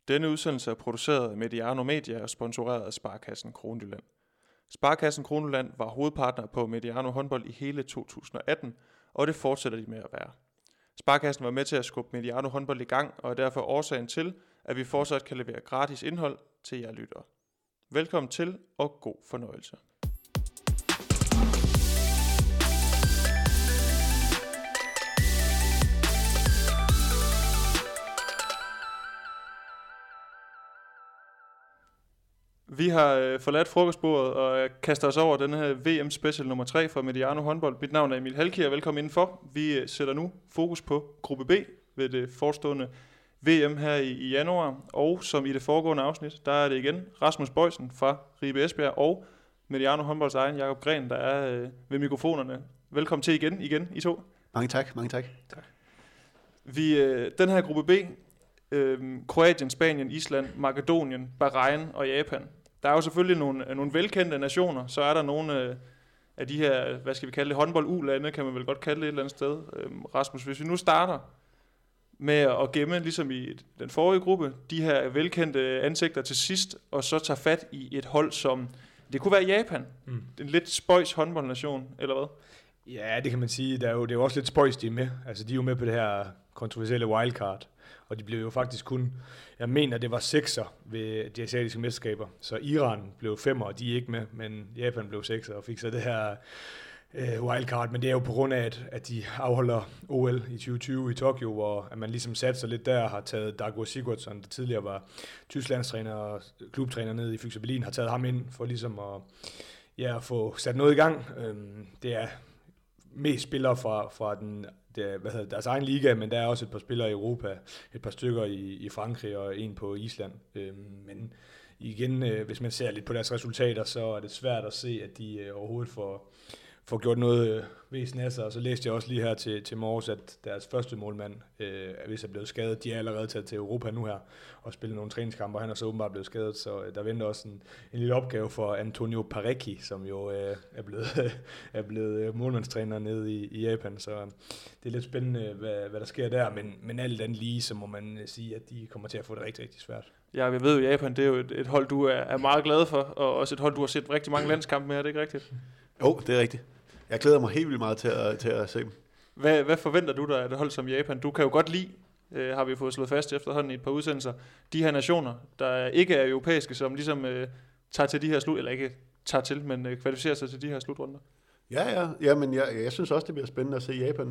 Denne udsendelse er produceret af Mediano Media og sponsoreret af Sparekassen Kronjylland. Sparekassen Kronjylland var hovedpartner på Mediano håndbold i hele 2018, og det fortsætter de med at være. Sparekassen var med til at skubbe Mediano håndbold i gang, og er derfor årsagen til, at vi fortsat kan levere gratis indhold til jer lyttere. Velkommen til, og god fornøjelse. Vi har forladt frokostbordet og kaster os over den her VM Special nummer 3 for Mediano håndbold. Mit navn er Emil Halkier, velkommen indenfor. Vi sætter nu fokus på gruppe B ved det forestående VM her i januar. Og som i det foregående afsnit, der er det igen Rasmus Boysen fra Ribe Esbjerg og Mediano håndbolds egen Jakob Gren, der er ved mikrofonerne. Velkommen til igen I to. Mange tak. Den her gruppe B, Kroatien, Spanien, Island, Makedonien, Bahrain og Japan. Der er jo selvfølgelig nogle velkendte nationer, så er der nogle af de her, hvad skal vi kalde det, håndbold-U-lande, kan man vel godt kalde det et eller andet sted. Rasmus, hvis vi nu starter med at gemme, ligesom i den forrige gruppe, de her velkendte ansigter til sidst, og så tager fat i et hold som, det kunne være Japan, en lidt spøjs håndboldnation, eller hvad? Ja, det kan man sige. Det er jo også lidt spøjs, de er med. Altså, de er jo med på det her kontroversielle wildcard. Og de blev jo faktisk kun, jeg mener, det var 6'er ved de asiatiske mesterskaber. Så Iran blev 5'er, og de er ikke med, men Japan blev 6'er og fik så det her wildcard. Men det er jo på grund af, at de afholder OL i 2020 i Tokyo, hvor at man ligesom satte sig lidt der, har taget Dago Sigurdsson, der tidligere var tysklandstræner og klubtræner nede i Füchse Berlin, har taget ham ind for ligesom at få sat noget i gang. Det er mest spillere fra deres egen liga, men der er også et par spillere i Europa, et par stykker i Frankrig og en på Island. Men igen, hvis man ser lidt på deres resultater, så er det svært at se, at de overhovedet får gjort noget væsen af sig. Og så læste jeg også lige her til morges, at deres første målmand hvis er blevet skadet. De er allerede taget til Europa nu her og spillet nogle træningskampe, og han er så åbenbart blevet skadet. Så der venter også en lille opgave for Antonio Parecki, som jo er blevet målmandstræner nede i Japan. Så det er lidt spændende, hvad der sker der. Men alt andet lige, så må man sige, at de kommer til at få det rigtig, rigtig svært. Ja, jeg ved jo, Japan, det er jo et hold, du er meget glad for, og også et hold, du har set rigtig mange landskampe med, er det ikke rigtigt? Jo, det er rigtigt. Jeg glæder mig helt vildt meget til at se dem. Hvad forventer du dig af et hold som Japan? Du kan jo godt lide, har vi fået slået fast efterhånden i et par udsendelser, de her nationer, der ikke er europæiske, som ligesom tager til de her eller ikke tager til, men kvalificerer sig til de her slutrunder. Ja, men jeg synes også, det bliver spændende at se Japan.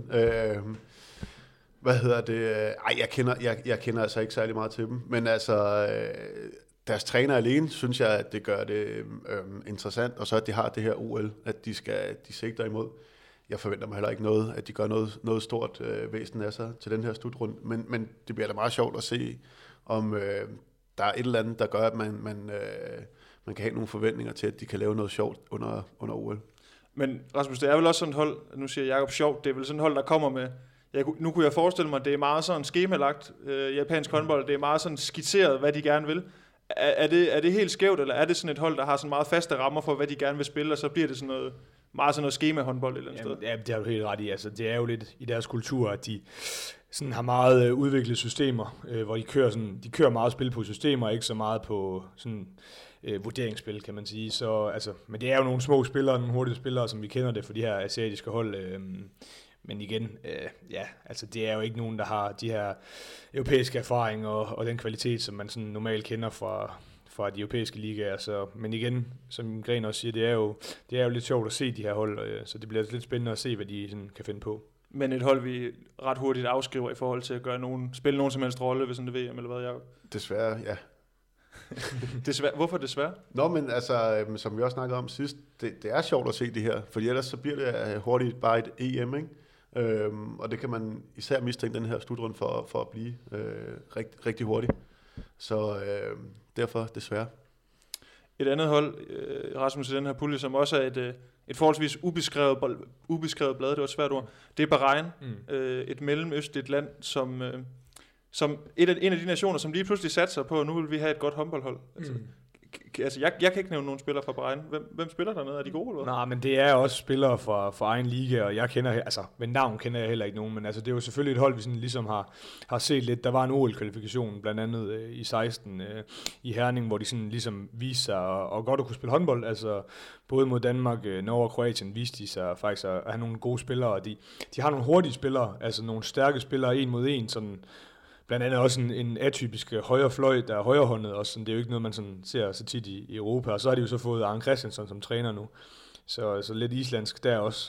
Jeg kender altså ikke særlig meget til dem, men altså deres træner alene, synes jeg, at det gør det interessant, og så at de har det her OL, at de sigter imod. Jeg forventer mig heller ikke noget, at de gør noget stort væsen af sig til den her slutrunde, men det bliver da meget sjovt at se, om der er et eller andet, der gør, at man kan have nogle forventninger til, at de kan lave noget sjovt under OL. Men Rasmus, det er vel også sådan et hold, nu siger Jakob sjovt, det er vel sådan et hold, der kommer med, nu kunne jeg forestille mig, at det er meget sådan skemalagt japansk håndbold, det er meget sådan skitseret, hvad de gerne vil. Er det helt skævt, eller er det sådan et hold, der har sådan meget faste rammer for, hvad de gerne vil spille, og så bliver det sådan noget skema-håndbold et eller andet sted? Ja, det har du helt ret i. Altså, det er jo lidt i deres kultur, at de sådan har meget udviklede systemer, hvor de kører meget spil på systemer, ikke så meget på sådan vurderingsspil, kan man sige. Så, altså, men det er jo nogle små spillere, nogle hurtige spillere, som vi kender det for de her asiatiske hold. Men igen, altså det er jo ikke nogen, der har de her europæiske erfaringer og den kvalitet, som man sådan normalt kender fra de europæiske ligaer. Så, men igen, som Gren også siger, det er jo lidt sjovt at se de her hold, så det bliver lidt spændende at se, hvad de sådan kan finde på. Men et hold, vi ret hurtigt afskriver i forhold til at spille nogen som helst rolle ved sådan et VM, eller hvad, Jacob? Desværre, ja. Hvorfor desværre? Nå, men altså, som vi også snakkede om sidst, det er sjovt at se det her, for ellers så bliver det hurtigt bare et EM, ikke? Og det kan man især mistænke den her slutrunde for at blive rigtig hurtigt. Så derfor desværre. Et andet hold, Rasmus, i den her pulje, som også er et forholdsvis ubeskrevet blad, det var et svært ord, det er Bahrain, et mellemøstligt land, som en af de nationer, som lige pludselig satte sig på, nu vil vi have et godt håndboldhold. Altså, Altså, jeg kan ikke nævne nogen spillere fra Bahrain. Hvem spiller dernede? Er de gode, eller hvad? Nej, men det er også spillere fra egen liga, og jeg kender, altså med navn kender jeg heller ikke nogen, men altså det er jo selvfølgelig et hold, vi sådan ligesom har set lidt. Der var en OL-kvalifikation, blandt andet i 16 i Herning, hvor de sådan ligesom viste sig og godt at kunne spille håndbold. Altså både mod Danmark, Norge og Kroatien viste de sig faktisk at have nogle gode spillere, og de har nogle hurtige spillere, altså nogle stærke spillere 1 mod 1, sådan. Blandt andet også en atypisk højre fløj, der er højrehåndet også. Sådan, det er jo ikke noget, man sådan ser så tit i Europa. Og så har de jo så fået Arne Christensen som træner nu. Så lidt islandsk der også.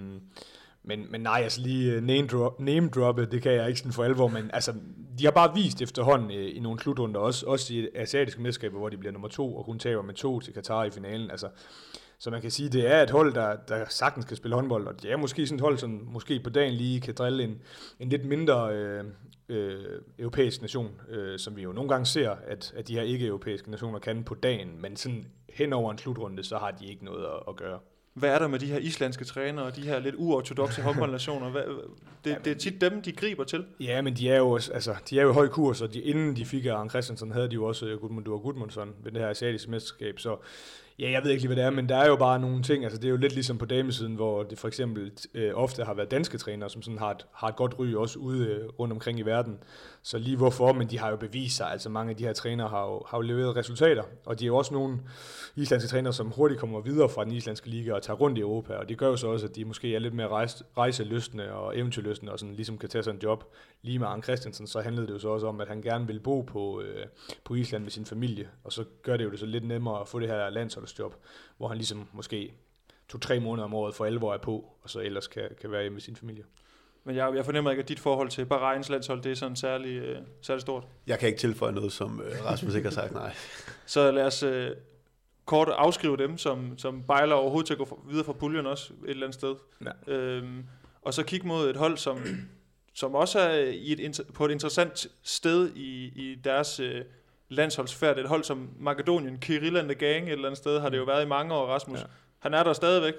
Men nej, altså lige name-droppe, det kan jeg ikke sådan for alvor. Men altså, de har bare vist efterhånden i nogle slutrunder, også i asiatiske mesterskaber, hvor de bliver nummer 2 og kun taber med 2 til Katar i finalen. Altså, så man kan sige, det er et hold, der sagtens kan spille håndbold, og det er måske sådan et hold, som måske på dagen lige kan drille en lidt mindre europæisk nation, som vi jo nogle gange ser, at de her ikke-europæiske nationer kan på dagen, men sådan hen over en slutrunde, så har de ikke noget at gøre. Hvad er der med de her islandske trænere og de her lidt uortodokse håndboldnationer? Det er tit dem, de griber til. Ja, men de er jo i høj kurs, og inden de fik Arne Christensen, havde de jo også Gudmundur Gudmundsson ved det her asiatiske mesterskab, så ja, jeg ved ikke lige, hvad det er, men der er jo bare nogle ting, altså det er jo lidt ligesom på damesiden, hvor det for eksempel ofte har været danske trænere, som sådan har et godt ry også ude rundt omkring i verden. Så lige hvorfor, men de har jo bevist sig, altså mange af de her trænere har jo leveret resultater, og de er jo også nogle islandske trænere, som hurtigt kommer videre fra den islandske liga og tager rundt i Europa, og det gør jo så også, at de måske er lidt mere rejselystne og eventyrlystne, og sådan ligesom kan tage sig en job. Lige med Arne Christensen, så handlede det jo så også om, at han gerne ville bo på Island med sin familie, og så gør det jo det så lidt nemmere at få det her landsholdsjob, hvor han ligesom måske 2-3 måneder om året for alvor er på, og så ellers kan være hjemme med sin familie. Men jeg fornemmer ikke, at dit forhold til Bahrains landshold, det er sådan særlig stort. Jeg kan ikke tilføje noget, som Rasmus ikke har sagt, nej. Så lad os kort afskrive dem, som bejler overhovedet til at gå videre fra puljen også et eller andet sted. Ja. Og så kigge mod et hold, som også er på et interessant sted i deres landsholdsfærd. Et hold som Makedonien, Kirill and the Gang et eller andet sted, har det jo været i mange år, Rasmus. Ja. Han er der stadigvæk.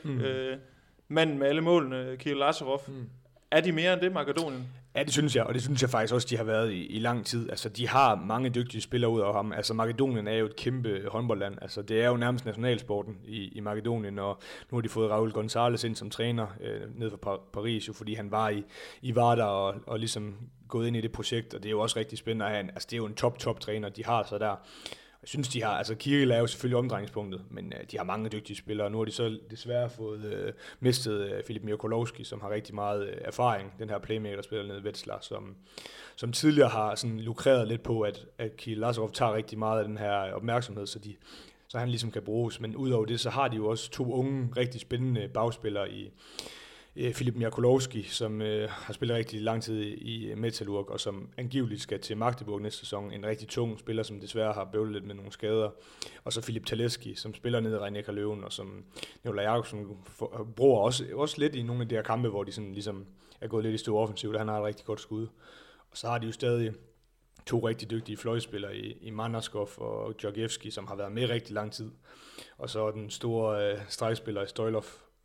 Manden med alle målene, Kirill Lazarov. Er de mere end det, Makedonien? Ja, det synes jeg, og det synes jeg faktisk også, de har været i lang tid. Altså, de har mange dygtige spillere ud af ham. Altså, Makedonien er jo et kæmpe håndboldland. Altså, det er jo nærmest nationalsporten i Makedonien, og nu har de fået Raúl González ind som træner ned fra Paris, jo, fordi han var i Vardar og ligesom gået ind i det projekt, og det er jo også rigtig spændende. Altså, det er jo en top træner, de har så der. Jeg synes, de har, altså Kirill er jo selvfølgelig omdrejningspunktet, men de har mange dygtige spillere. Nu har de så desværre fået mistet Filip Mirkolovski, som har rigtig meget erfaring, den her playmaker, der spiller nede i Wetzlar, som tidligere har sådan lukreret lidt på, at Kirill Lazarov tager rigtig meget af den her opmærksomhed, så han ligesom kan bruges. Men udover det, så har de jo også 2 unge, rigtig spændende bagspillere i Filip Mirkolovski, som har spillet rigtig lang tid i Metalurg, og som angiveligt skal til Magdeburg næste sæson. En rigtig tung spiller, som desværre har bøvlet lidt med nogle skader. Og så Filip Taleski, som spiller nede i Rijeka Løven, og som Nikolaj Jakobsen bruger også lidt i nogle af de her kampe, hvor de sådan ligesom er gået lidt i stor offensiv, han har et rigtig godt skud. Og så har de jo stadig 2 rigtig dygtige fløjspillere i Manaskov og Georgievski, som har været med rigtig lang tid. Og så den store stregspiller i Stoilov,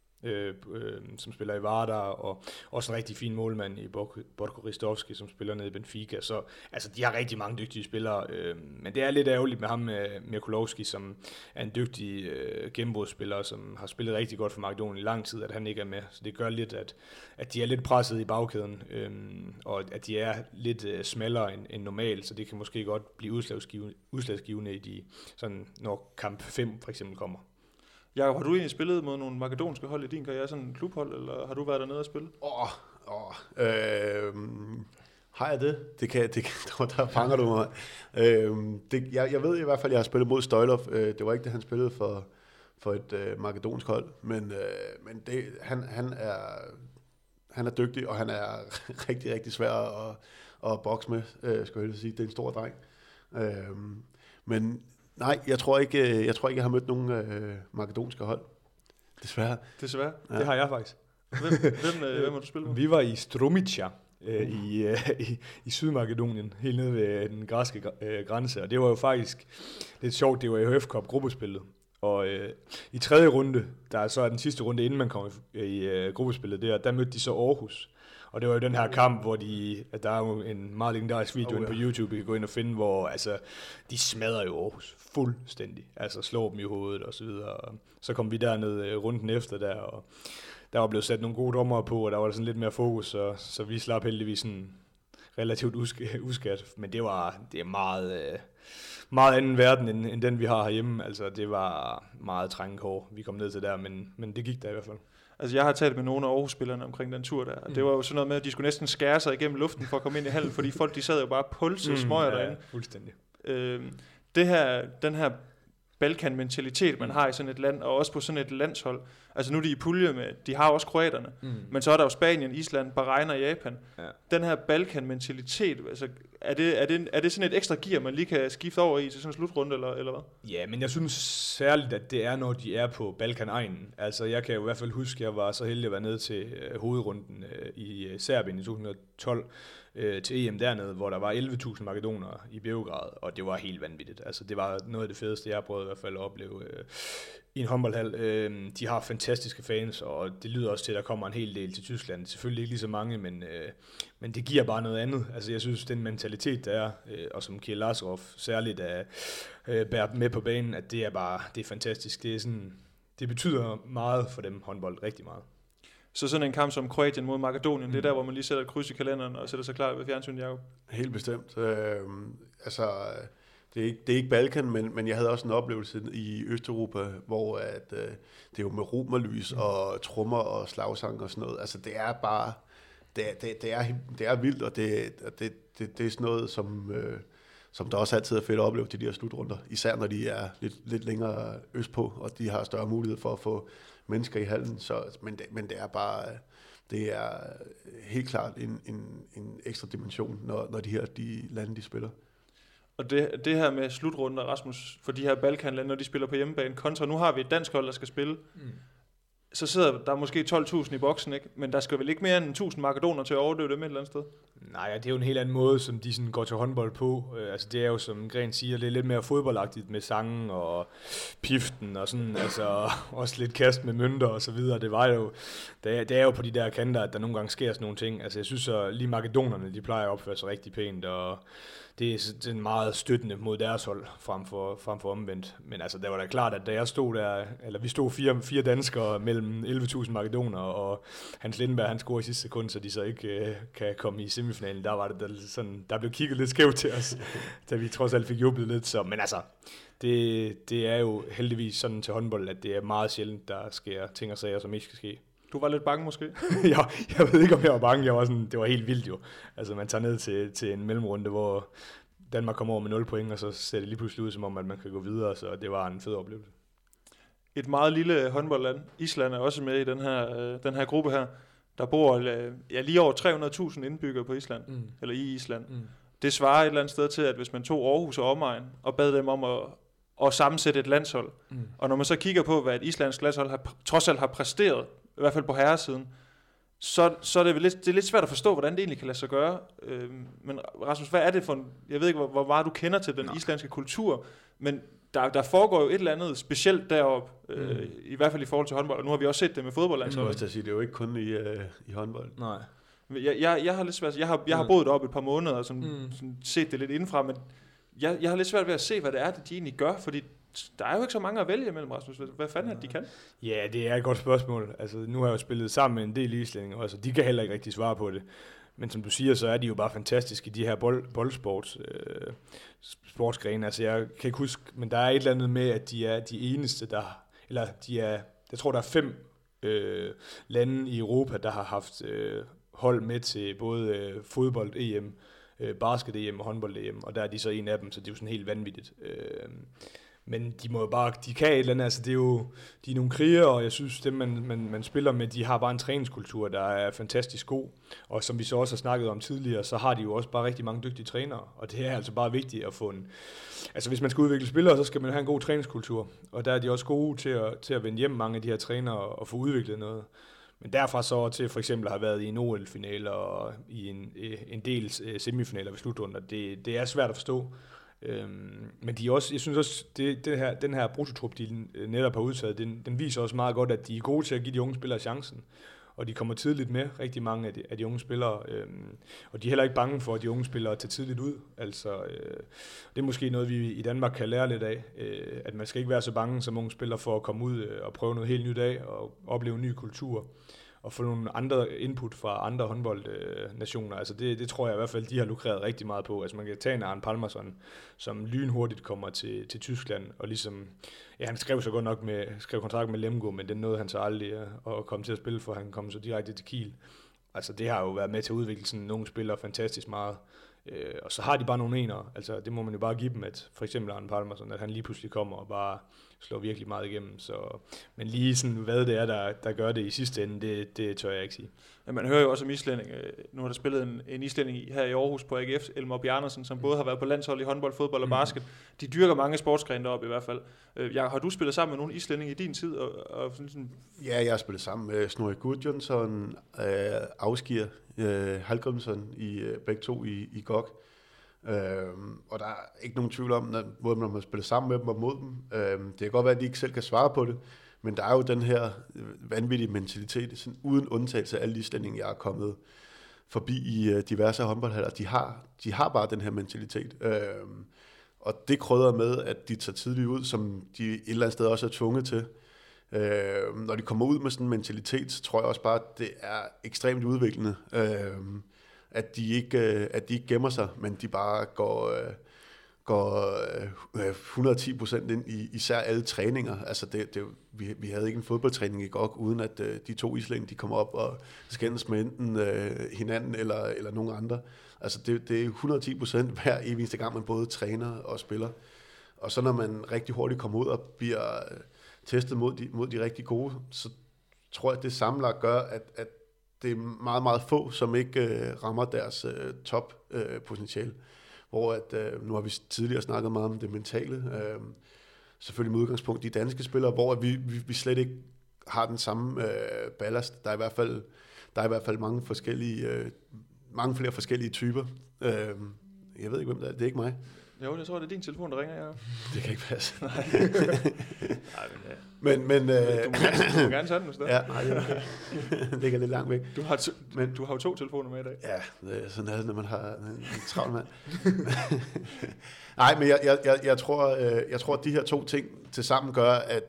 som spiller i Vardar, og også en rigtig fin målmand i Borko Ristovski, som spiller nede i Benfica. Så altså, de har rigtig mange dygtige spillere, men det er lidt ærgerligt med ham, Mirkolovski, som er en dygtig gennembrudsspiller, som har spillet rigtig godt for Makedonien i lang tid, at han ikke er med. Så det gør lidt, at de er lidt presset i bagkæden, og at de er lidt smallere end normalt, så det kan måske godt blive udslagsgivende i de, sådan, når kamp 5 for eksempel kommer. Jakob, har du egentlig spillet mod nogle makedonske hold i din karriere, sådan en klubhold, eller har du været dernede at spille? Har jeg det? Der fanger du mig. Jeg ved i hvert fald, at jeg har spillet mod Stoilov. Det var ikke det, han spillede for et makedonsk hold, men han er dygtig, og han er rigtig, rigtig svær at bokse med, skal jeg sige. Det er en stor dreng. Men nej, jeg tror ikke, jeg har mødt nogen makedonske hold. Desværre. Ja. Det har jeg faktisk. Hvem har du spillet med? Vi var i Strumica i Sydmakedonien, helt nede ved den græske grænse, og det var jo faktisk lidt sjovt. Det var EHF Cup gruppespillet, og i 3. runde, der er så den sidste runde, inden man kom i gruppespillet der mødte de så Aarhus. Og det var jo den her kamp, hvor at der er jo en meget legendarisk video på YouTube, I kan gå ind og finde, hvor altså, de smadrer jo Aarhus fuldstændig. Altså slår dem i hovedet og så videre. Og så kom vi derned runden efter der, og der var blevet sat nogle gode dommere på, og der var sådan lidt mere fokus, så vi slap heldigvis sådan relativt uskat. Men det er meget anden verden, end den vi har herhjemme. Altså det var meget trængekår, vi kom ned til der, men det gik der i hvert fald. Altså jeg har talt med nogle af Aarhus-spillerne omkring den tur der, og det var jo sådan noget med, at de skulle næsten skære sig igennem luften for at komme ind i hallen, fordi folk de sad jo bare pulsede smøger derinde. Fuldstændig. Den her Balkan-mentalitet, man har i sådan et land, og også på sådan et landshold. Altså nu er de i pulje med, de har også kroaterne, men så er der jo Spanien, Island, Bahrain og Japan. Ja. Den her Balkan-mentalitet, altså, er det sådan et ekstra gear, man lige kan skifte over i til sådan en slutrunde, eller hvad? Ja, men jeg synes særligt, at det er, når de er på Balkan-egnen. Altså jeg kan jo i hvert fald huske, at jeg var så heldig at være nede til hovedrunden i Serbien i 2012, til EM dernede, hvor der var 11.000 makedonere i Beograd, og det var helt vanvittigt. Altså det var noget af det fedeste, jeg prøvede i hvert fald at opleve i en håndboldhal. De har fantastiske fans, og det lyder også til, at der kommer en hel del til Tyskland. Selvfølgelig ikke lige så mange, men det giver bare noget andet. Altså jeg synes, den mentalitet, der er, og som Kiel Lazarev særligt bærer med på banen, at det er fantastisk. Det betyder meget for dem håndbold, rigtig meget. Så sådan en kamp som Kroatien mod Makedonien, det er der, hvor man lige sætter et kryds i kalenderen og sætter sig klar ved fjernsynet, Jacob? Helt bestemt. Altså, det er ikke Balkan, men jeg havde også en oplevelse i Østeuropa, hvor det er jo med romerlys og trommer og slagsang og sådan noget. Altså, det er bare, det er vildt, og det er sådan noget, som der også altid er fedt at opleve til de her slutrunder. Især når de er lidt længere østpå, og de har større mulighed for at få mennesker i hallen, men det er bare, det er helt klart en ekstra dimension, når de lande, de spiller. Og det her med slutrunder, Rasmus, for de her Balkanlande, når de spiller på hjemmebane, kontra nu har vi et dansk hold, der skal spille, så sidder der måske 12.000 i boksen, ikke? Men der skal vel ikke mere end 1.000 makedoner til at overdøve dem et eller andet sted? Nej, det er jo en helt anden måde, som de sådan går til håndbold på. Altså det er jo, som Gren siger, det er lidt mere fodboldagtigt med sangen og piften og sådan, altså også lidt kast med mønter og så videre. Det er jo på de der kanter, at der nogle gange sker sådan nogle ting. Altså jeg synes, at lige makedonerne, de plejer at opføre sig rigtig pænt, og det er sådan meget støttende mod deres hold frem for omvendt. Men altså, der var da klart, at da jeg stod der, eller vi stod fire danskere mellem 11.000 makedoner, og Hans Lindenberg, han scorede i sidste sekund, så de så ikke kan komme i semifinalen. Der var det sådan, der blev kigget lidt skævt til os, da vi trods alt fik jublet lidt. Så, men altså, det er jo heldigvis sådan til håndbold, at det er meget sjældent, der sker ting og sager, som ikke skal ske. Du var lidt bange måske? jeg ved ikke, om jeg var bange. Det var helt vildt jo. Altså man tager ned til en mellemrunde, hvor Danmark kommer over med 0 point, og så ser det lige pludselig ud, som om at man kan gå videre, så det var en fed oplevelse. Et meget lille håndboldland. Island er også med i den her gruppe her. Der bor lige over 300.000 indbyggere på Island, eller i Island. Det svarer et eller andet sted til, at hvis man tog Aarhus og omegn, og bad dem om at sammensætte et landshold, og når man så kigger på, hvad et islandsk landshold trods alt har præsteret, i hvert fald på herresiden, så er det lidt svært at forstå, hvordan det egentlig kan lade sig gøre. Men Rasmus, hvad er det for jeg ved ikke, hvor meget du kender til den islandske kultur, men der foregår jo et eller andet specielt deroppe, i hvert fald i forhold til håndbold, og nu har vi også set det med fodboldlandsholdet. Jeg skal også sige, det er jo ikke kun i håndbold. Nej. Jeg har lidt svært, jeg har boet deroppe et par måneder, og sådan set det lidt indenfra, men jeg har lidt svært ved at se, hvad det er, de egentlig gør, fordi der er jo ikke så mange at vælge imellem, Rasmus. Hvad fanden er det, de kan? Ja, det er et godt spørgsmål. Altså, nu har jeg jo spillet sammen med en del islændinge, og de kan heller ikke rigtig svare på det. Men som du siger, så er de jo bare fantastiske i de her sportsgrene. Altså, jeg kan ikke huske, men der er et eller andet med, at de er de eneste, jeg tror, der er 5 lande i Europa, der har haft hold med til både fodbold-EM, basket-EM og håndbold-EM, og der er de så en af dem, så det er jo sådan helt vanvittigt. Men de kan et eller andet, altså de er nogle krigere, og jeg synes, dem man spiller med, de har bare en træningskultur, der er fantastisk god, og som vi så også har snakket om tidligere, så har de jo også bare rigtig mange dygtige trænere, og det er altså bare vigtigt at få altså hvis man skal udvikle spillere, så skal man have en god træningskultur, og der er de også gode til at vende hjem, mange af de her trænere, og få udviklet noget. Men derfra så til for eksempel at have været i en OL-finale og i en del semifinaler ved slutrunder, det er svært at forstå. Men de også, jeg synes også, den her brutotrup, de netop har udtaget, den viser også meget godt, at de er gode til at give de unge spillere chancen. og de kommer tidligt med, rigtig mange af de unge spillere, og de er heller ikke bange for, at de unge spillere tager tidligt ud. Altså, det er måske noget, vi i Danmark kan lære lidt af, at man skal ikke være så bange som unge spillere for at komme ud og prøve noget helt nyt af, og opleve en ny kultur, og få nogle andre input fra andre håndboldnationer. Altså det tror jeg i hvert fald, de har lukreret rigtig meget på. Altså man kan tage en Arne Palmerson, som lynhurtigt kommer til Tyskland, og ligesom, ja, han skrev så godt nok skrev kontrakt med Lemgo, men det nåede han så aldrig at komme til at spille, for han kom så direkte til Kiel. Altså det har jo været med til at udvikle sådan nogle spillere fantastisk meget. Og så har de bare nogle enere. Altså det må man jo bare give dem, at for eksempel Arne Palmerson, at han lige pludselig kommer og bare slår virkelig meget igennem. Men lige sådan, hvad det er, der gør det i sidste ende, det tør jeg ikke sige. Ja, man hører jo også om islænding. Nu har der spillet en islænding her i Aarhus på AGF, Elmer Bjarnersen, som både har været på landshold i håndbold, fodbold og basket. De dyrker mange sportsgrene deroppe i hvert fald. Har du spillet sammen med nogle islændinge i din tid? Ja, jeg har spillet sammen med Snorri Gudjonsson, Ásgeir Hallgrímsson begge to i GOG. Og der er ikke nogen tvivl om, både når man spiller sammen med dem og mod dem. Det kan godt være, at de ikke selv kan svare på det, men der er jo den her vanvittige mentalitet, sådan uden undtagelse af alle de islændinge, jeg er kommet forbi i diverse håndboldhaller. De har bare den her mentalitet. Og det krydder med, at de tager tidligt ud, som de et eller andet sted også er tvunget til. Når de kommer ud med sådan en mentalitet, så tror jeg også bare, at det er ekstremt udviklende. At de ikke gemmer sig, men de bare går 110% ind i især alle træninger. Altså vi havde ikke en fodboldtræning i GOG, uden at de to islændinge, de kommer op og skændes med enten hinanden eller nogen andre. Altså det er 110% hver eneste gang, man både træner og spiller. Og så når man rigtig hurtigt kommer ud og bliver testet mod de rigtig gode, så tror jeg, at det sammenlagt gør, at det er meget, meget få, som ikke rammer deres top-potentiale. Hvor nu har vi tidligere snakket meget om det mentale, selvfølgelig med udgangspunkt i danske spillere, hvor vi slet ikke har den samme ballast. Der er i hvert fald mange flere forskellige typer. Jeg ved ikke, hvem det er. Det er ikke mig. Jo, jeg tror, det er din telefon, der ringer. Ja. Det kan ikke passe. Nej. Men du må gerne tage den, hvis det er. Ja, nej, det er okay. Det ligger lidt langt væk. Du har jo 2 telefoner med i dag. Ja, det er sådan noget, når man har en travl mand. Nej, men jeg tror, at de her 2 ting til sammen gør,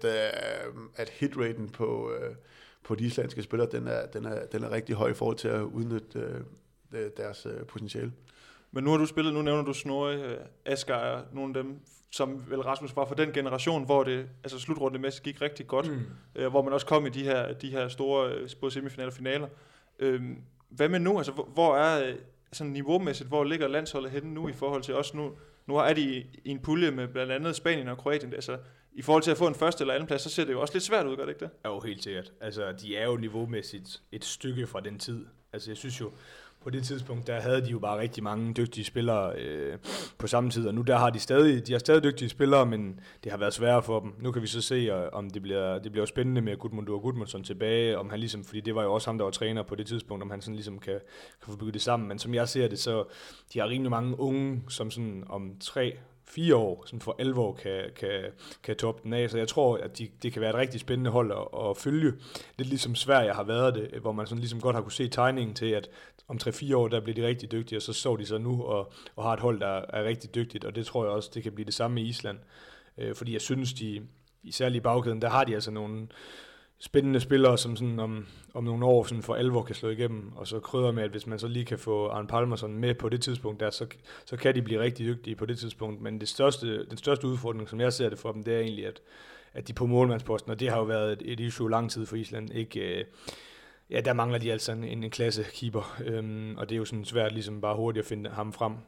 at hitraten på de islandske spillere, den er rigtig høj i forhold til at udnytte deres potentiale. Men nu nævner du Snorri, Ásgeir, nogle af dem, som vel Rasmus var for den generation, hvor det altså slutrundemæssigt gik rigtig godt, hvor man også kom i de her store både semifinaler og finaler. Hvad med nu? Altså hvor er sådan niveaumæssigt, hvor ligger landsholdet henne nu i forhold til os nu? Nu er de i en pulje med blandt andet Spanien og Kroatien. Altså i forhold til at få en første eller anden plads, så ser det jo også lidt svært ud, gør det ikke det? Jo, helt sikkert. Altså de er jo niveaumæssigt et stykke fra den tid. Altså jeg synes jo, på det tidspunkt, der havde de jo bare rigtig mange dygtige spillere på samme tid, og nu der har de stadig dygtige spillere, men det har været sværere for dem. Nu kan vi så se, om det bliver spændende med Gudmundur Gudmundsson tilbage, om han ligesom, fordi det var jo også ham, der var træner på det tidspunkt, om han sådan ligesom kan få bygget det sammen. Men som jeg ser det, så de har rimelig mange unge, som sådan om 3-4 år, sådan for 11 år kan toppe den af. Så jeg tror, at det kan være et rigtig spændende hold at følge. Lidt ligesom Sverige har været det, hvor man sådan ligesom godt har kunne se tegningen til, at om 3-4 år, der bliver de rigtig dygtige, og så står de så nu og har et hold, der er rigtig dygtigt, og det tror jeg også, det kan blive det samme i Island. Fordi jeg synes, særligt i bagkæden, der har de altså nogle spændende spillere, som sådan om nogle år sådan for alvor kan slå igennem, og så krydder med, at hvis man så lige kan få Arne Palmerson med på det tidspunkt, der, så kan de blive rigtig dygtige på det tidspunkt. Men den største udfordring, som jeg ser det for dem, det er egentlig, at de på målmandsposten, og det har jo været et issue lang tid for Island, ikke... Ja, der mangler de altså en klasse keeper, og det er jo sådan svært ligesom bare hurtigt at finde ham frem.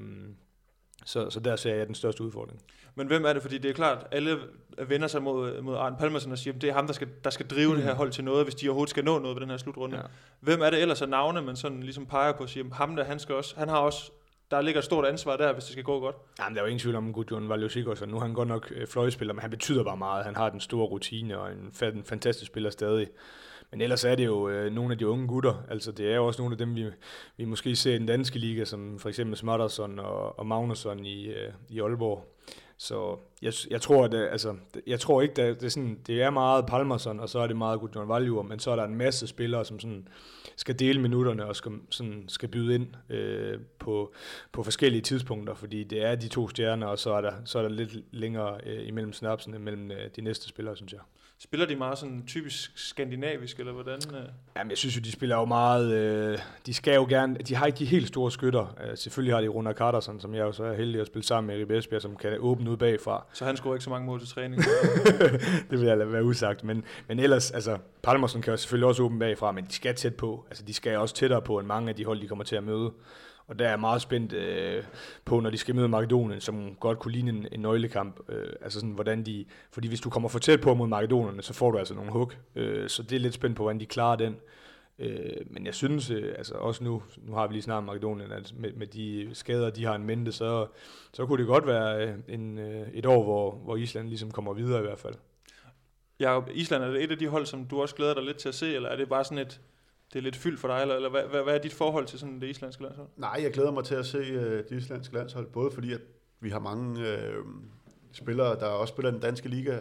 Så der ser jeg den største udfordring. Men hvem er det? Fordi det er klart, alle vender sig mod Arne Palmerson og siger, at det er ham, der skal drive det her hold til noget, hvis de overhovedet skal nå noget ved den her slutrunde. Ja. Hvem er det ellers af navne, man sådan ligesom peger på og siger, ham der, han har også, der ligger et stort ansvar der, hvis det skal gå godt? Jamen, der er jo ingen tvivl om Gudjon Valjóšík, og nu er han godt nok fløjspiller, men han betyder bare meget. Han har den store rutine og en fantastisk spiller stadig. Men ellers er det jo nogle af de unge gutter. Altså det er jo også nogle af dem, vi måske ser i den danske liga, som for eksempel Smattersson og Magnusson i Aalborg, Så jeg tror, jeg tror ikke, det er sådan, det er meget Palmerson, og så er det meget Gudjon Valjur, men så er der en masse spillere, som sådan skal dele minutterne og skal byde ind på forskellige tidspunkter, fordi det er de 2 stjerner, og så er der lidt længere imellem snapsene, mellem de næste spillere, synes jeg. Spiller de meget sådan typisk skandinavisk, eller hvordan? Jamen, jeg synes jo, de spiller jo meget... de skal jo gerne... De har ikke de helt store skytter. Selvfølgelig har de Runar Carterson, som jeg jo så er heldig at spille sammen med Erik Esbjerg, som kan åbne ud bagfra. Så han scorer ikke så mange mål til træning? Det vil jeg lade være usagt. Men ellers, altså, Palmerson kan jo selvfølgelig også åbne bagfra, men de skal tæt på. Altså, de skal også tættere på, end mange af de hold, de kommer til at møde. Og der er jeg meget spændt på, når de skal møde Makedonien, som godt kunne ligne en nøglekamp. Altså sådan, hvordan de... Fordi hvis du kommer for tæt på mod makedonierne, så får du altså nogle hug. Så det er lidt spændt på, hvordan de klarer den. Men jeg synes, altså også nu har vi lige snart Makedonien, altså med de skader, de har en mente, så kunne det godt være et år, hvor Island ligesom kommer videre i hvert fald. Jakob, Island, er det et af de hold, som du også glæder dig lidt til at se, eller er det bare sådan det er lidt fyldt for dig, eller hvad er dit forhold til sådan det islandske landshold? Nej, jeg glæder mig til at se det islandske landshold, både fordi at vi har mange spillere, der også spiller den danske liga.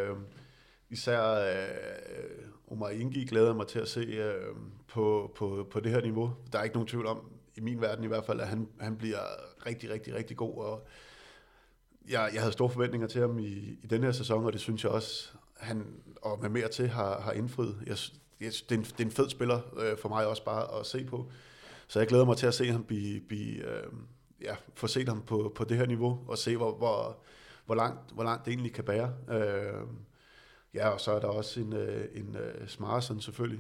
Især Omar Ingi glæder mig til at se på det her niveau. Der er ikke nogen tvivl om, i min verden i hvert fald, at han bliver rigtig, rigtig, rigtig god. Og jeg havde store forventninger til ham i den her sæson, og det synes jeg også, han og med mere til har indfriet. Det er en fed spiller for mig også bare at se på. Så jeg glæder mig til at se ham få set ham på det her niveau, og se hvor langt det egentlig kan bære. Og så er der også en Smarson selvfølgelig.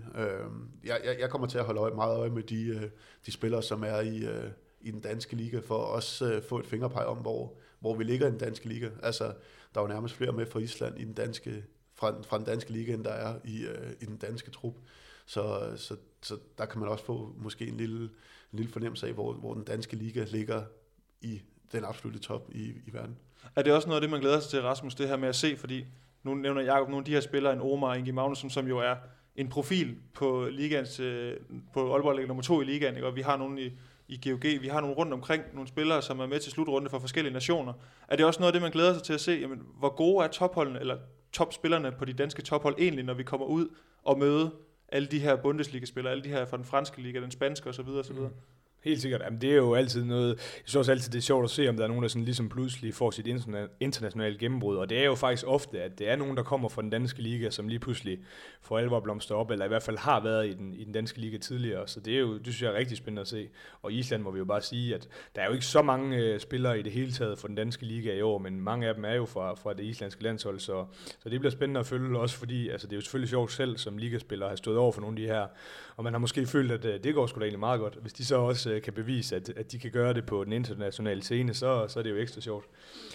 Jeg kommer til at holde meget øje med de spillere, som er i den danske liga, for at også få et fingerpeg om, hvor vi ligger i den danske liga. Altså, der er jo nærmest flere med fra Island i den danske fra den danske liga, end der er i den danske trup. Så der kan man også få måske en lille fornemmelse af, hvor den danske liga ligger i den absolutte top i verden. Er det også noget af det, man glæder sig til, Rasmus, det her med at se, fordi nu nævner Jakob nogle af de her spillere, en Omar og Ingi Magnusson, som jo er en profil på ligaens, på Aalborg Liga nummer 2 i ligaen, ikke? Og vi har nogle i GOG, vi har nogle rundt omkring, nogle spillere, som er med til slutrunde for forskellige nationer. Er det også noget af det, man glæder sig til at se? Jamen, hvor gode er topholdene, eller topspillerne på de danske tophold egentlig, når vi kommer ud og møde alle de her Bundesliga-spillere, alle de her fra den franske liga, den spanske osv. osv.? Helt sikkert. Jamen, det er jo altid noget... Jeg synes også altid, det er sjovt at se, om der er nogen, der sådan ligesom pludselig får sit internationale gennembrud. Og det er jo faktisk ofte, at det er nogen, der kommer fra den danske liga, som lige pludselig for alvor blomster op, eller i hvert fald har været i den danske liga tidligere. Så det er jo, det synes jeg er rigtig spændende at se. Og Island må vi jo bare sige, at der er jo ikke så mange spillere i det hele taget fra den danske liga i år, men mange af dem er jo fra det islandske landshold, så det bliver spændende at følge, også fordi altså, det er jo selvfølgelig sjovt selv som ligaspiller at have stået over for nogle af de her, og man har måske følt, at det går sgu da egentlig meget godt. Hvis de så også kan bevise, at de kan gøre det på den internationale scene, så er det jo ekstra sjovt.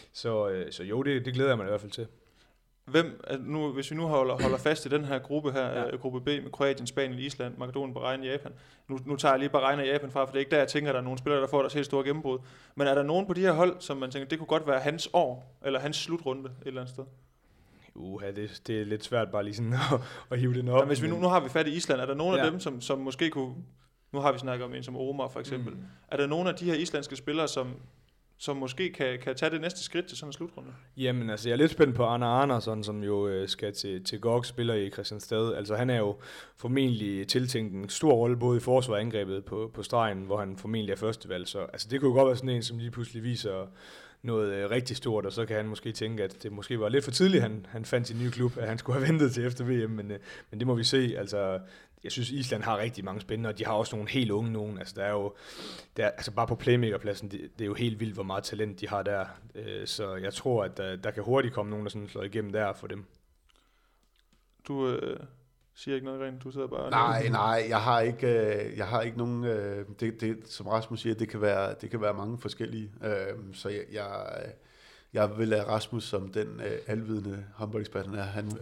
Så jo, det glæder jeg mig i hvert fald til. Hvis vi nu holder fast i den her gruppe her, gruppe B med Kroatien, Spanien, Island, Makedonien, Bahrain, Japan. Nu tager jeg lige Bahrain og Japan fra, for det er ikke der, jeg tænker, at der er nogle spillere, der får deres helt store gennembrud. Men er der nogen på de her hold, som man tænker, det kunne godt være hans år, eller hans slutrunde et eller andet sted? Det er lidt svært bare lige sådan at hive det op. Ja, hvis vi nu har vi fat i Island, er der nogen af dem, som måske kunne... Nu har vi snakket om en som Omar for eksempel. Er der nogen af de her islandske spillere, som måske kan tage det næste skridt til sådan en slutrunde? Jamen altså, jeg er lidt spændt på Arne Arnarsson, som jo skal til GOG, spiller i Kristianstad. Altså han er jo formentlig tiltænkt en stor rolle både i forsvar og angrebet på stregen, hvor han formentlig er førstevalg. Så altså, det kunne jo godt være sådan en, som lige pludselig viser noget rigtig stort, og så kan han måske tænke, at det måske var lidt for tidligt, han fandt sin nye klub, at han skulle have ventet til efter VM, men det må vi se. Altså, jeg synes, Island har rigtig mange spændende, og de har også nogle helt unge nogen. Altså, altså bare på playmakerpladsen, det er jo helt vildt, hvor meget talent de har der. Så jeg tror, at der kan hurtigt komme nogen, der sådan slår igennem der for dem. Du siger ikke noget rent, du sidder bare... Nej, jeg har ikke nogen... Det, som Rasmus siger, det kan være mange forskellige. Så jeg vil lade Rasmus som den alvidende håndboldekspert, han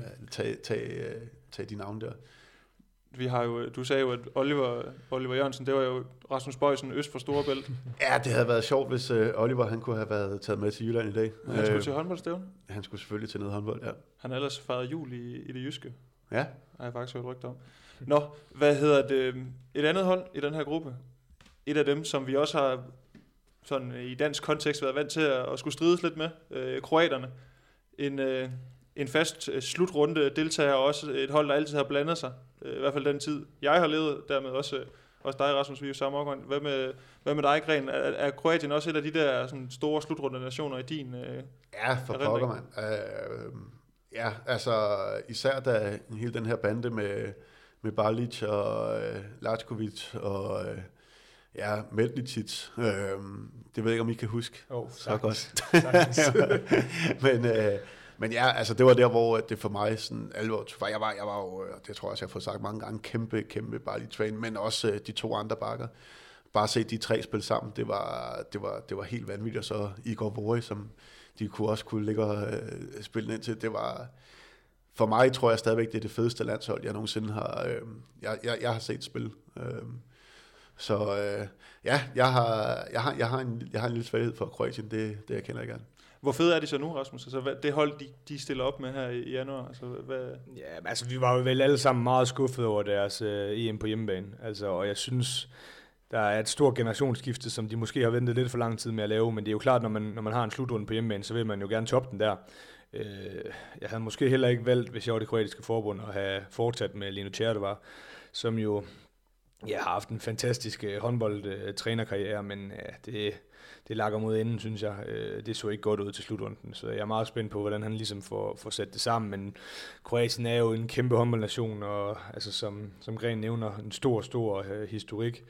tage de navne der. Vi har jo, du sagde jo, at Oliver Jørgensen, det var jo Rasmus Bøjsen øst for Storebælt. Ja, det havde været sjovt, hvis Oliver han kunne have været taget med til Jylland i dag. Han skulle til håndboldstævne? Han skulle selvfølgelig til noget håndbold, ja. Han har ellers fejret jul i det jyske. Ja. Har jeg faktisk hørt rygter om. Nå, hvad hedder det? Et andet hold i den her gruppe. Et af dem, som vi også har sådan i dansk kontekst været vant til at skulle strides lidt med kroaterne. En fast slutrunde deltager også et hold, der altid har blandet sig, i hvert fald den tid. Jeg har levet, dermed også dig, Rasmus, vi er jo samme årgang. Hvad med dig, Gren? Er Kroatien også et af de der sådan, store slutrunde nationer i din Ja, for pokker, mand. Ja, altså især da hele den her bande med Balic og Lackovic og Medlicic. Det ved jeg ikke, om I kan huske. Så godt. Men ja, altså det var der, hvor det for mig sådan alvor, jeg var jo, det tror jeg også, jeg har fået sagt mange gange, kæmpe Balic-fan, men også de 2 andre bakker. Bare se de 3 spille sammen, det var helt vanvittigt, og så Igor Vori, som de kunne ligge og spille ind til, det var, for mig tror jeg stadigvæk, det er det fedeste landshold, jeg nogensinde har, jeg har set spille. Jeg har en lille svaghed for Kroatien, det jeg kender jeg gerne. Hvor fede er de så nu, Rasmus? Altså, det hold, de stiller op med her i januar? Altså, Ja, altså vi var jo vel alle sammen meget skuffede over deres EM på hjemmebane. Altså, og jeg synes, der er et stort generationsskifte, som de måske har ventet lidt for lang tid med at lave, men det er jo klart, når man har en slutrunde på hjemmebane, så vil man jo gerne toppe den der. Jeg havde måske heller ikke valgt, hvis jeg var det kroatiske forbund, at have fortsat med Lino Červar, som jo har haft en fantastisk håndboldtrænerkarriere, men det lakker mod enden, synes jeg. Det så ikke godt ud til slutrunden, så jeg er meget spændt på, hvordan han ligesom får sat det sammen, men Kroatien er jo en kæmpe håndboldnation, og altså, som Gren nævner, en stor historik.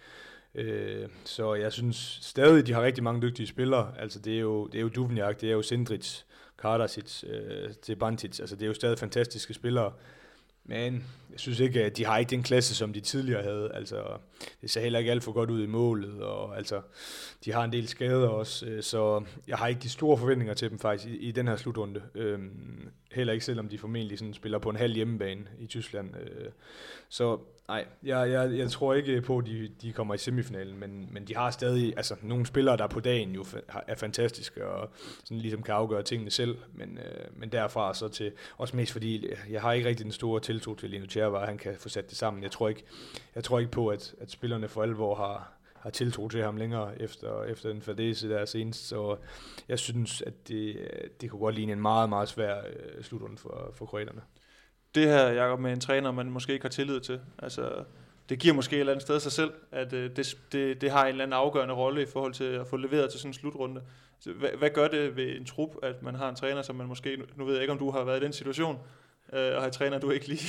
Så jeg synes stadig, de har rigtig mange dygtige spillere. Altså det er jo Duvnjak, det er jo Sindric, Kardasic, til Bantic. Altså det er jo stadig fantastiske spillere. Men jeg synes ikke, at de har ikke den klasse, som de tidligere havde. Altså, det ser heller ikke alt for godt ud i målet, og altså, de har en del skader også, så jeg har ikke de store forventninger til dem faktisk i den her slutrunde. Heller ikke, selvom de formentlig sådan spiller på en halv hjemmebane i Tyskland. Så nej, jeg tror ikke på, at de kommer i semifinalen, men de har stadig altså, nogle spillere, der på dagen jo er fantastiske, og sådan ligesom kan afgøre tingene selv, men derfra så til, også mest fordi, jeg har ikke rigtig den store tiltro til Lino Červar, han kan få sat det sammen. Jeg tror ikke på, at spillerne for alvor har tiltro til ham længere efter den fadese der senest, så jeg synes, at det kunne godt ligne en meget, meget svær slutrunde for kroaterne. Det her, Jacob, med en træner, man måske ikke har tillid til, altså, det giver måske et eller andet sted sig selv, at det har en eller anden afgørende rolle i forhold til at få leveret til sådan en slutrunde. Hvad gør det ved en trup, at man har en træner, som man måske, nu ved jeg ikke, om du har været i den situation, og har en træner, du ikke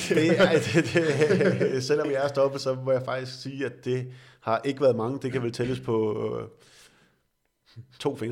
lige... Selvom jeg er stoppet, så må jeg faktisk sige, at det har ikke været mange. Det kan vel tælles på 2 fingre.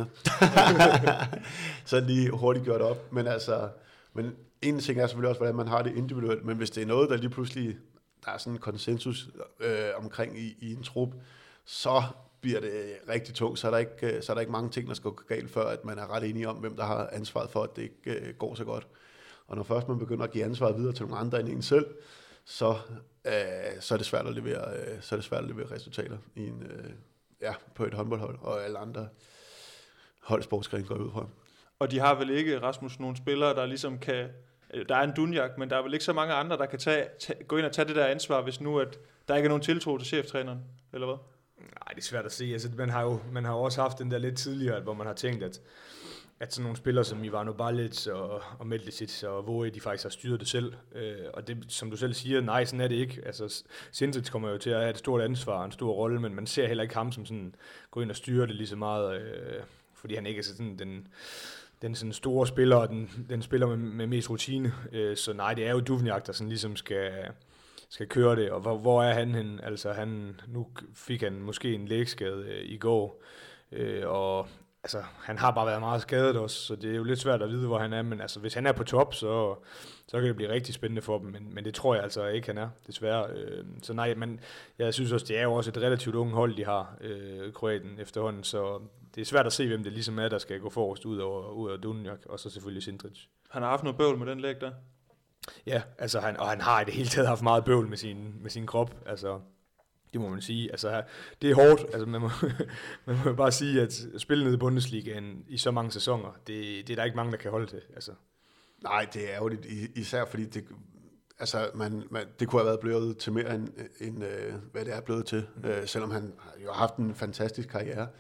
Så lige hurtigt gjort op. Men en ting er selvfølgelig også, hvordan man har det individuelt, men hvis det er noget, der lige pludselig, der er sådan en konsensus omkring i en trup, så bliver det rigtig tungt, så er der ikke mange ting, der skal gå galt, før at man er ret enige om, hvem der har ansvaret for, at det ikke går så godt. Og når først man begynder at give ansvaret videre til nogle andre end en selv, så er det svært at levere, resultater i på et håndboldhold, og alle andre holdsportsgrene går ud fra. Og de har vel ikke, Rasmus, nogle spillere, der ligesom kan... Der er en Dunjak, men der er vel ikke så mange andre, der kan gå ind og tage det der ansvar, hvis nu at der ikke er nogen tiltro til cheftræneren, eller hvad? Nej, det er svært at se. Altså, man har jo også haft den der lidt tidligere, hvor man har tænkt, at sådan nogle spillere som Ivano Balic og Medlicic og Vori, de faktisk har styret det selv. Og det, som du selv siger, nej, sådan er det ikke. Altså, Sindric kommer jo til at have et stort ansvar og en stor rolle, men man ser heller ikke ham som sådan, gå ind og styre det lige så meget, fordi han ikke er sådan den sådan store spiller, og den spiller med mest rutine. Så nej, det er jo Duvnjak, der sådan ligesom skal køre det, og hvor er han hen? Altså nu fik han måske en lægskade i går, og altså, han har bare været meget skadet også, så det er jo lidt svært at vide, hvor han er, men altså, hvis han er på top, så kan det blive rigtig spændende for dem, men det tror jeg altså ikke, han er, desværre. Så nej, men jeg synes også, det er jo også et relativt unge hold, de har, Kroatien efterhånden, så det er svært at se, hvem det ligesom er, der skal gå forrest ud over Dunjak, og så selvfølgelig Sindric. Han har haft noget bøvl med den læg der? Ja, altså han har i det hele taget haft meget bøvl med sin krop, altså... Det må man sige. Altså, det er hårdt. Altså, man må bare sige, at spille ned i Bundesligaen i så mange sæsoner, det er der ikke mange, der kan holde til. Altså. Nej, det er ærgerligt, især fordi det, altså, det kunne have været blevet til mere end hvad det er blevet til, selvom han jo har haft en fantastisk karriere.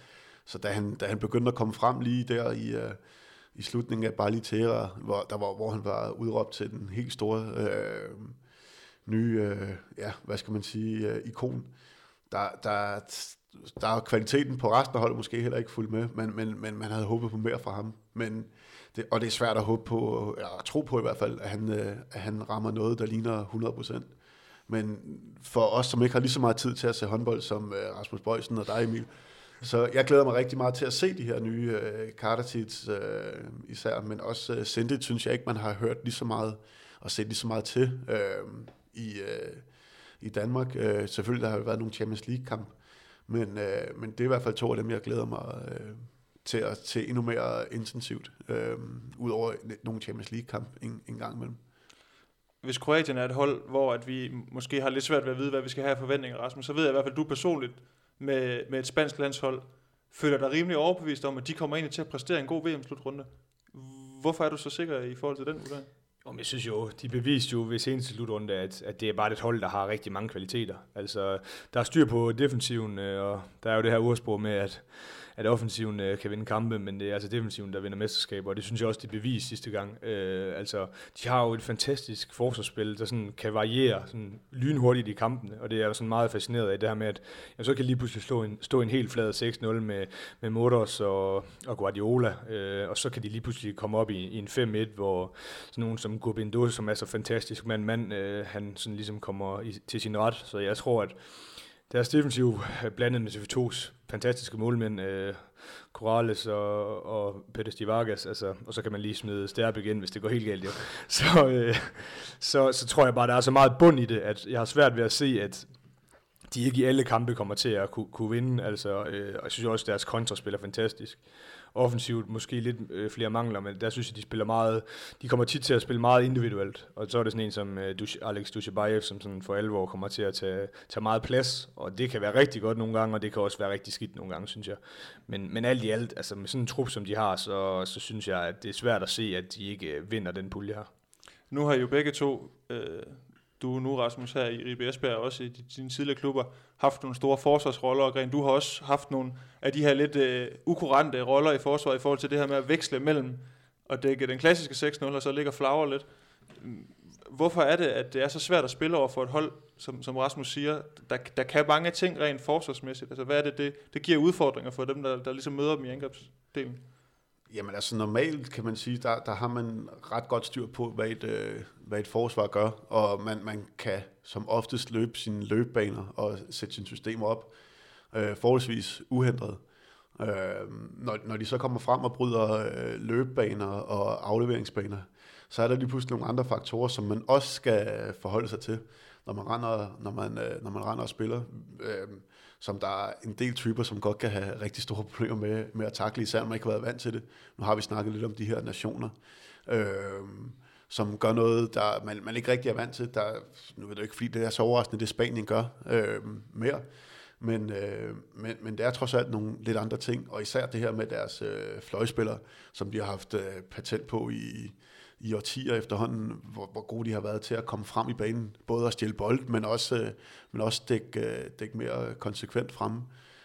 Så da han begyndte at komme frem lige der i slutningen af Bali Tera, hvor han var udråbt til den helt store nye, hvad skal man sige, ikon, der er kvaliteten på resten af holdet måske heller ikke fuldt med, men man havde håbet på mere fra ham. Og det er svært at håbe på, eller tro på i hvert fald, at han rammer noget, der ligner 100%. Men for os, som ikke har lige så meget tid til at se håndbold som Rasmus Boysen og dig, Emil, så jeg glæder mig rigtig meget til at se de her nye Carter-Seeds især, men også Sendit synes jeg ikke, man har hørt lige så meget og set lige så meget til i Danmark. Selvfølgelig der har jo været nogle Champions League-kamp, men det er i hvert fald 2 af dem, jeg glæder mig til at se endnu mere intensivt, udover nogle Champions League-kamp en gang imellem. Hvis Kroatien er et hold, hvor at vi måske har lidt svært ved at vide, hvad vi skal have af forventninger, Rasmus, så ved jeg i hvert fald, at du personligt med et spansk landshold føler dig rimelig overbevist om, at de kommer egentlig til at præstere en god VM-slutrunde. Hvorfor er du så sikker i forhold til den vurdering? Jeg synes jo, de beviste jo ved seneste slutrunde, at det er bare et hold, der har rigtig mange kvaliteter. Altså, der er styr på defensiven, og der er jo det her ordsprog med, at offensiven kan vinde kampe, men det er altså defensiven, der vinder mesterskaber, og det synes jeg også, de beviste sidste gang. De har jo et fantastisk forsvarsspil, der sådan kan variere sådan lynhurtigt i kampene, og det er jo sådan meget fascineret af det her med, at så kan lige pludselig stå en helt flad 6-0 med Modric og Guardiola, og så kan de lige pludselig komme op i en 5-1, hvor sådan nogen som Gurbindo, som er så fantastisk mand, han sådan ligesom kommer til sin ret, så jeg tror, at deres defensiv blandet med TV2's fantastiske målmænd, Corrales og Peter Stivargas, altså, og så kan man lige smide Stærp igen, hvis det går helt galt. Jo. Så tror jeg bare, der er så meget bund i det, at jeg har svært ved at se, at de ikke i alle kampe kommer til at kunne vinde. Altså, og jeg synes også, at deres kontraspil er fantastisk. Offensivt måske lidt flere mangler, men der synes jeg, de kommer tit til at spille meget individuelt, og så er det sådan en som Alex Dushibayev, som sådan for alvor kommer til at tage meget plads, og det kan være rigtig godt nogle gange, og det kan også være rigtig skidt nogle gange, synes jeg. Men alt i alt, altså med sådan en trup, som de har, så synes jeg, at det er svært at se, at de ikke vinder den pulje her. Nu har jo begge to, du nu Rasmus her i Ribe Esbjerg, også i dine tidligere klubber, haft nogle store forsvarsroller, og Gren, du har også haft nogle af de her lidt ukurante roller i forsvaret i forhold til det her med at veksle mellem at dække den klassiske 6-0, og så ligger flagre lidt. Hvorfor er det, at det er så svært at spille over for et hold, som Rasmus siger, der kan mange ting rent forsvarsmæssigt? Altså hvad er det giver udfordringer for dem, der ligesom møder dem i angrebsdelen? Jamen altså normalt kan man sige, der har man ret godt styr på, hvad et forsvar gør, og man kan som oftest løbe sine løbebaner og sætte sine systemer op forholdsvis uhindret. Når de så kommer frem og bryder løbebaner og afleveringsbaner, så er der lige pludselig nogle andre faktorer, som man også skal forholde sig til, når man render og spiller. Som der er en del typer, som godt kan have rigtig store problemer med at takle, især når man ikke har været vant til det. Nu har vi snakket lidt om de her nationer, som gør noget, der man ikke rigtig er vant til. Nu ved du ikke, fordi det er så overraskende, det Spanien gør mere. Men det er trods alt nogle lidt andre ting, og især det her med deres fløjspillere, som de har haft patent på i årtier efterhånden, hvor gode de har været til at komme frem i banen, både at stjæle bold, men også dække mere konsekvent frem.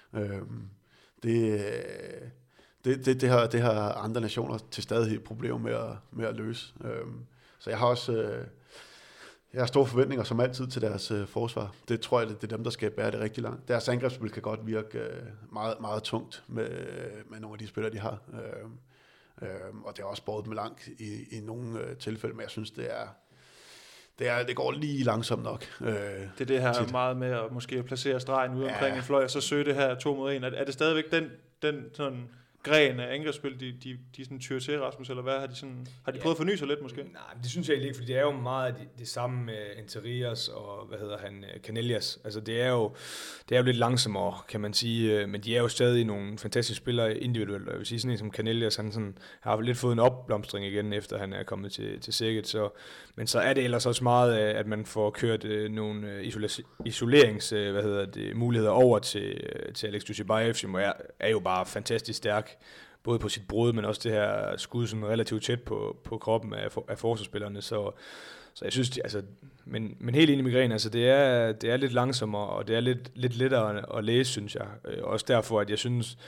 Det har andre nationer til stadighed problemer med at løse. Så jeg har også store forventninger som altid til deres forsvar. Det tror jeg, det er dem, der skal bære det rigtig langt. Deres angrebsspil kan godt virke meget, meget tungt med nogle af de spillere, de har. Og det er også båret med langt i nogle tilfælde, men jeg synes, det går lige langsomt nok. Det er det her tit. Meget med at måske placere stregen ude omkring en fløj, og så søge det her 2 mod 1. Er det stadigvæk den sådan gren af angrebsspil, de sådan tyrer til, Rasmus, eller hvad? Har de prøvet at forny sig lidt, måske? Nej, det synes jeg ikke, fordi det er jo meget det samme med Interias og, Canellas. Altså, det er jo lidt langsommere, kan man sige, men de er jo stadig nogle fantastiske spillere individuelt, og jeg vil sige, sådan en som Canellas, han sådan, har lidt fået en opblomstring igen, efter han er kommet til Sækket, men så er det ellers også meget, at man får kørt nogle isolerings muligheder over til Alex Dushibayev, som er jo bare fantastisk stærk, både på sit brud, men også det her skud sådan relativt tæt på kroppen af forsvarsspillerne, så jeg synes, men helt enig med Gren, altså det er lidt langsommere, og det er lidt lettere at læse, synes jeg. Også derfor, at jeg synes,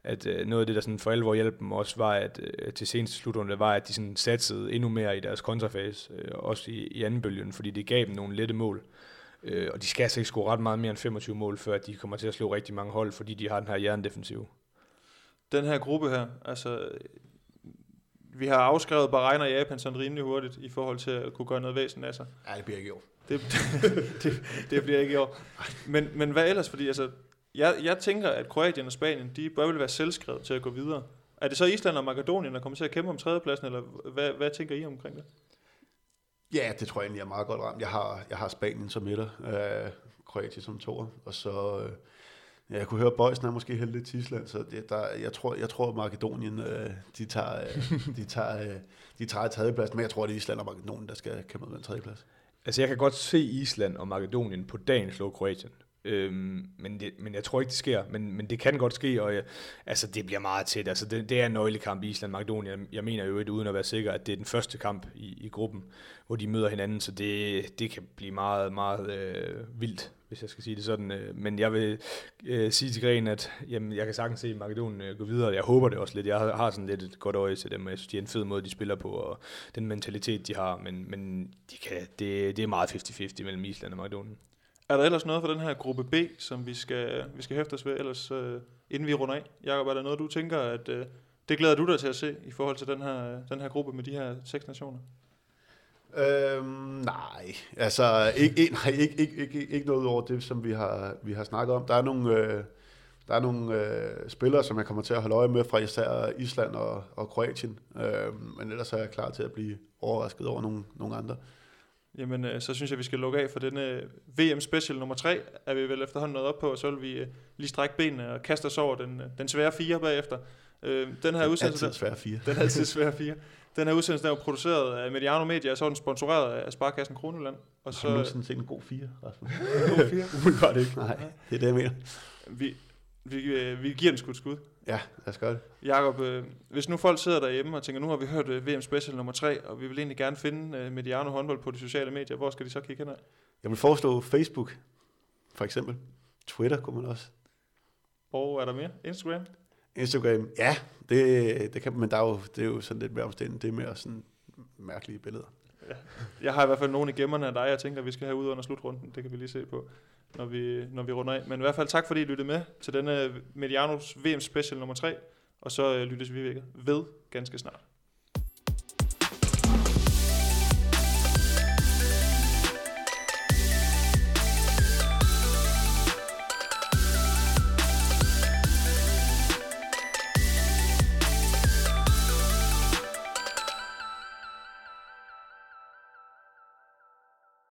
at noget af det, der sådan for alvor hjalp dem også, var, at til seneste slutrunde, var, at de sådan satsede endnu mere i deres kontrafase, også i anden bølgen, fordi det gav dem nogle lette mål. Og de skal altså ikke score ret meget mere end 25 mål, før de kommer til at slå rigtig mange hold, fordi de har den her jerndefensiv. Den her gruppe her, altså vi har afskrevet Bahrain og Japan sådan rimelig hurtigt i forhold til at kunne gøre noget væsentligt af sig. Ja, det bliver ikke i år. Det bliver ikke i år. Men hvad ellers? Fordi altså, jeg tænker, at Kroatien og Spanien, de bør vel være selvskrevet til at gå videre. Er det så Island og Makedonien, der kommer til at kæmpe om tredjepladsen, eller hvad tænker I omkring det? Ja, det tror jeg egentlig er meget godt ramt. Jeg har Spanien som etter, Kroatien som toer, og så jeg kunne høre, at Bøjsen er måske helt lidt til Island, så jeg tror Makedonien, de tager tredjeplads, men jeg tror, det er Island og Makedonien, der skal kæmpe med en tredjeplads. Altså jeg kan godt se Island og Makedonien på dagen slå Kroatien. Men jeg tror ikke, det sker. Men det kan godt ske, og altså, det bliver meget tæt. Altså, det er en nøglekamp i Island-Makedonien. Jeg mener jo ikke, uden at være sikker, at det er den første kamp i gruppen, hvor de møder hinanden, så det kan blive meget, meget vildt, hvis jeg skal sige det sådan. Men jeg vil sige til Gren, at jamen, jeg kan sagtens se Makedonien gå videre. Jeg håber det også lidt. Jeg har sådan lidt et godt øje til dem, og jeg synes, de er en fed måde, de spiller på, og den mentalitet, de har. Men det er meget 50-50 mellem Island og Makedonien. Er der ellers noget for den her gruppe B, som vi skal hæfte os ved, ellers inden vi runder af? Jakob, er der noget, du tænker, at det glæder du dig til at se i forhold til den her gruppe med de her 6 nationer? Nej, altså ikke noget over det, som vi har snakket om. Der er nogle spillere, som jeg kommer til at holde øje med fra især Island og Kroatien, men ellers er jeg klar til at blive overrasket over nogle andre. Jamen, så synes jeg, vi skal lukke af for denne VM Special nummer 3, er vi vel efterhånden nået op på, og så vil vi lige strække benene og kaste os over den svære 4 bagefter. Den her udsendelse, altid svære 4. Den er altid svære 4. Den her udsendelse er jo produceret af Mediano Media, og så er den sponsoreret af Sparekassen Kroneland. Og så har du sådan set en god 4, Rasmus? En god 4? Umiddelbart ikke. Nej, det er det, jeg mener. Vi giver den sgu et skud. Ja, lad os gøre det. Jakob, hvis nu folk sidder derhjemme og tænker, nu har vi hørt VM Special nummer 3, og vi vil egentlig gerne finde Mediano håndbold på de sociale medier, hvor skal de så kigge hen af? Jeg vil foreslå Facebook, for eksempel. Twitter kunne man også. Og er der mere? Instagram, ja, det kan man, men det er jo sådan lidt mere omstændigt. Det er mere sådan mærkelige billeder. Ja. Jeg har i hvert fald nogle i gemmerne af dig, jeg tænker, vi skal have ud under slutrunden. Det kan vi lige se på, når vi runder af. Men i hvert fald tak, fordi I lyttede med til denne Medianos VM Special nummer 3. Og så lyttes vi ved ganske snart.